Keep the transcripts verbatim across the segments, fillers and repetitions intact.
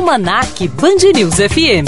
Almanac Band News F M.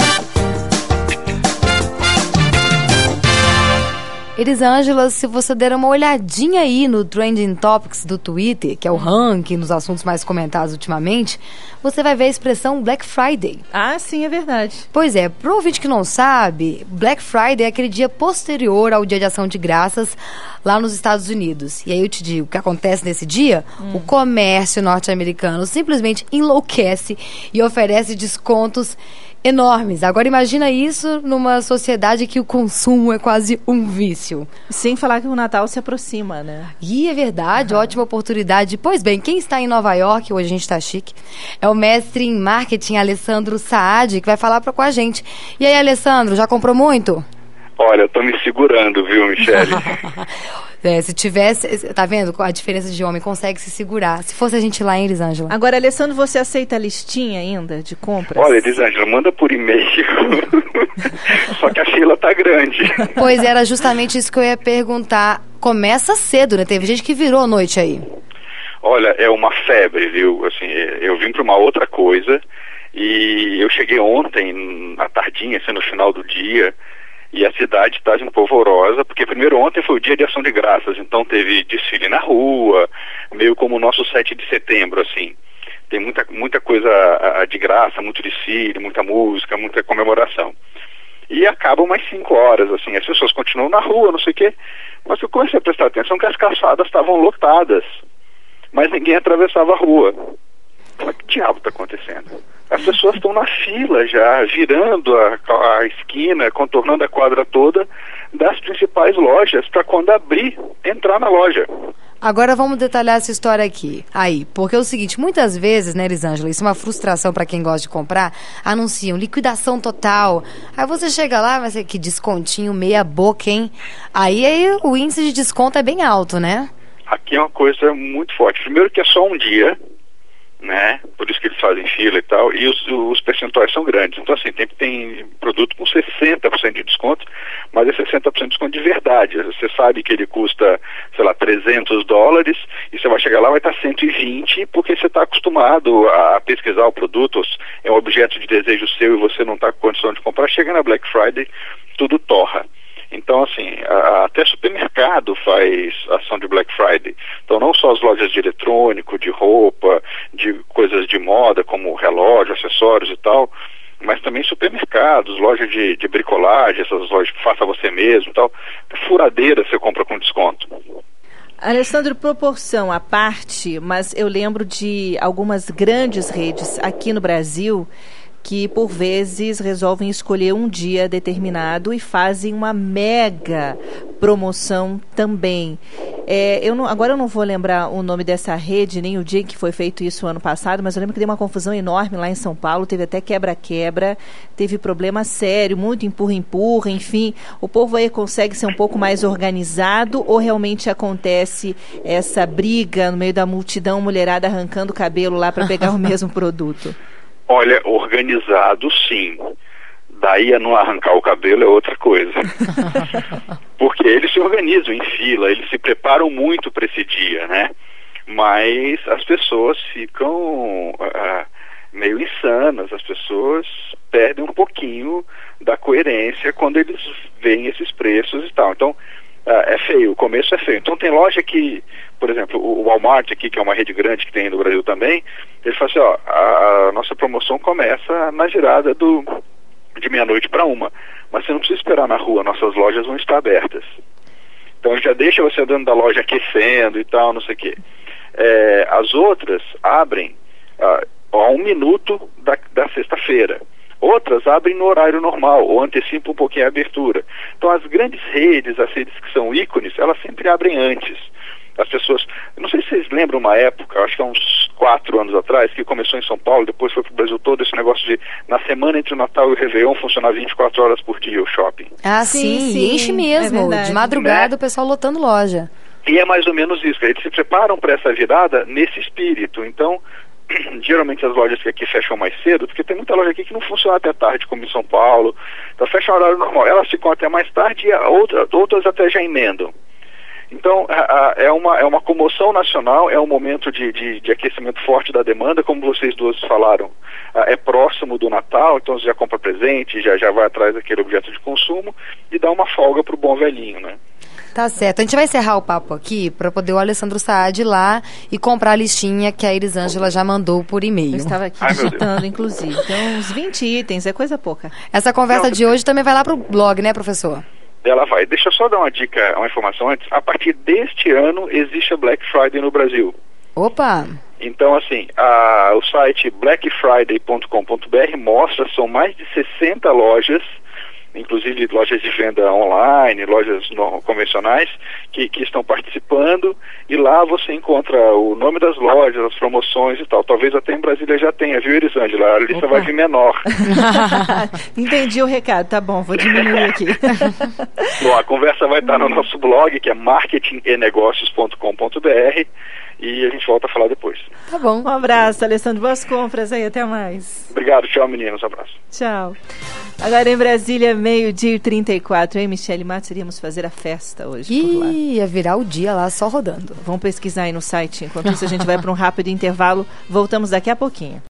Elisângela, se você der uma olhadinha aí no Trending Topics do Twitter, que é o ranking dos assuntos mais comentados ultimamente, você vai ver a expressão Black Friday. Ah, sim, é verdade. Pois é, pro ouvinte que não sabe, Black Friday é aquele dia posterior ao Dia de Ação de Graças lá nos Estados Unidos. E aí eu te digo, o que acontece nesse dia? Hum. O comércio norte-americano simplesmente enlouquece e oferece descontos enormes. Agora imagina isso numa sociedade que o consumo é quase um vício. Sem falar que o Natal se aproxima, né? E é verdade, uhum. Ótima oportunidade. Pois bem, quem está em Nova York, hoje a gente está chique, é o mestre em marketing Alessandro Saad, que vai falar pra, com a gente. E aí, Alessandro, já comprou muito? Olha, eu tô me segurando, viu, Michele? É, se tivesse, tá vendo a diferença de homem, consegue se segurar. Se fosse a gente lá, hein, Elisângela? Agora, Alessandro, você aceita a listinha ainda de compras? Olha, Elisângela, manda por e-mail. Só que a fila tá grande. Pois era justamente isso que eu ia perguntar. Começa cedo, né? Teve gente que virou a noite aí. Olha, é uma febre, viu? Assim, eu vim pra uma outra coisa e eu cheguei ontem, à tardinha, assim, no final do dia. E a cidade está um polvorosa, porque primeiro ontem foi o dia de ação de graças, então teve desfile na rua, meio como o nosso sete de setembro, assim. Tem muita, muita coisa de graça, muito desfile, muita música, muita comemoração. E acaba umas cinco horas, assim, as pessoas continuam na rua, não sei o quê, mas eu comecei a prestar atenção que as calçadas estavam lotadas, mas ninguém atravessava a rua. Mas que diabo está acontecendo? As pessoas estão na fila já, virando a, a esquina, contornando a quadra toda das principais lojas para quando abrir, entrar na loja. Agora vamos detalhar essa história aqui. Aí, porque é o seguinte, muitas vezes, né, Elisângela, isso é uma frustração para quem gosta de comprar, anunciam liquidação total. Aí você chega lá, vai ser que descontinho meia boca, hein? Aí, aí o índice de desconto é bem alto, né? Aqui é uma coisa muito forte. Primeiro que é só um dia, né? Por isso que eles fazem fila e tal, e os, os percentuais são grandes. Então, assim, tem, tem produto com sessenta por cento de desconto, mas é sessenta por cento de desconto de verdade. Você sabe que ele custa, sei lá, trezentos dólares, e você vai chegar lá, vai estar cento e vinte, porque você está acostumado a pesquisar o produto, é um objeto de desejo seu e você não está com condição de comprar. Chega na Black Friday, tudo torra. Então, assim, a, até supermercado faz ação de Black Friday. Então, não só as lojas de eletrônico, de roupa, de coisas de moda, como relógio, acessórios e tal, mas também supermercados, lojas de, de bricolagem, essas lojas que faça você mesmo e tal. Furadeira você compra com desconto. Alessandro, proporção à parte, mas eu lembro de algumas grandes redes aqui no Brasil que por vezes resolvem escolher um dia determinado e fazem uma mega promoção também. É, eu não, agora eu não vou lembrar o nome dessa rede, nem o dia em que foi feito isso ano passado, mas eu lembro que deu uma confusão enorme lá em São Paulo, teve até quebra-quebra, teve problema sério, muito empurra-empurra, enfim. O povo aí consegue ser um pouco mais organizado ou realmente acontece essa briga no meio da multidão, mulherada arrancando o cabelo lá para pegar o mesmo produto? Olha, organizado sim. Daí a não arrancar o cabelo é outra coisa. Porque eles se organizam em fila, eles se preparam muito para esse dia, né? Mas as pessoas ficam uh, meio insanas, as pessoas perdem um pouquinho da coerência quando eles veem esses preços e tal. Então, Uh, é feio, o começo é feio. Então tem loja que, por exemplo, o Walmart aqui, que é uma rede grande que tem no Brasil também, ele fala assim, ó, a, a nossa promoção começa na girada do, de meia-noite para uma, mas você não precisa esperar na rua, nossas lojas vão estar abertas. Então já deixa você dentro da loja aquecendo e tal, não sei o quê. É, as outras abrem uh, a um minuto da, da sexta-feira. Outras abrem no horário normal, ou antecipam um pouquinho a abertura. Então as grandes redes, as redes que são ícones, elas sempre abrem antes. As pessoas, não sei se vocês lembram uma época, acho que há uns quatro anos atrás, que começou em São Paulo, depois foi para o Brasil todo, esse negócio de, na semana entre o Natal e o Réveillon, funcionar vinte e quatro horas por dia o shopping. Ah, sim, sim, sim. Enche mesmo. É de madrugada, né? O pessoal lotando loja. E é mais ou menos isso, eles se preparam para essa virada nesse espírito. Então, geralmente as lojas que aqui fecham mais cedo, porque tem muita loja aqui que não funciona até tarde, como em São Paulo, então fecha o horário normal, elas ficam até mais tarde e outra, outras até já emendam. Então, a, a, é, uma, é uma comoção nacional, é um momento de, de, de aquecimento forte da demanda, como vocês duas falaram. A, é próximo do Natal, então você já compra presente, já, já vai atrás daquele objeto de consumo e dá uma folga pro bom velhinho, né? Tá certo. A gente vai encerrar o papo aqui para poder o Alessandro Saad ir lá e comprar a listinha que a Elisângela já mandou por e-mail. Eu estava aqui Ai, meu digitando, inclusive. Então, uns vinte itens, é coisa pouca. Essa conversa Não, de hoje também vai lá pro blog, né, professor? Ela vai. Deixa eu só dar uma dica, uma informação antes. A partir deste ano existe a Black Friday no Brasil. Opa! Então, assim, a, o site black friday ponto com ponto b r mostra, são mais de sessenta lojas, inclusive lojas de venda online, lojas no, convencionais, que, que estão participando, e lá você encontra o nome das lojas, as promoções e tal. Talvez até em Brasília já tenha, viu, Elisângela? A lista Opa. vai vir menor. Entendi o recado, tá bom, vou diminuir aqui. Bom, a conversa vai estar no nosso blog, que é marketing e negócios ponto com ponto b r, e a gente volta a falar depois. Tá bom. Um abraço, Alessandro, boas compras aí, até mais. Obrigado, tchau, meninos, abraço. Tchau. Agora em Brasília, meio-dia e trinta e quatro, hein, Michele Matos? Iríamos fazer a festa hoje por lá. Ih, ia virar o dia lá só rodando. Vamos pesquisar aí no site. Enquanto isso, a gente vai para um rápido intervalo. Voltamos daqui a pouquinho.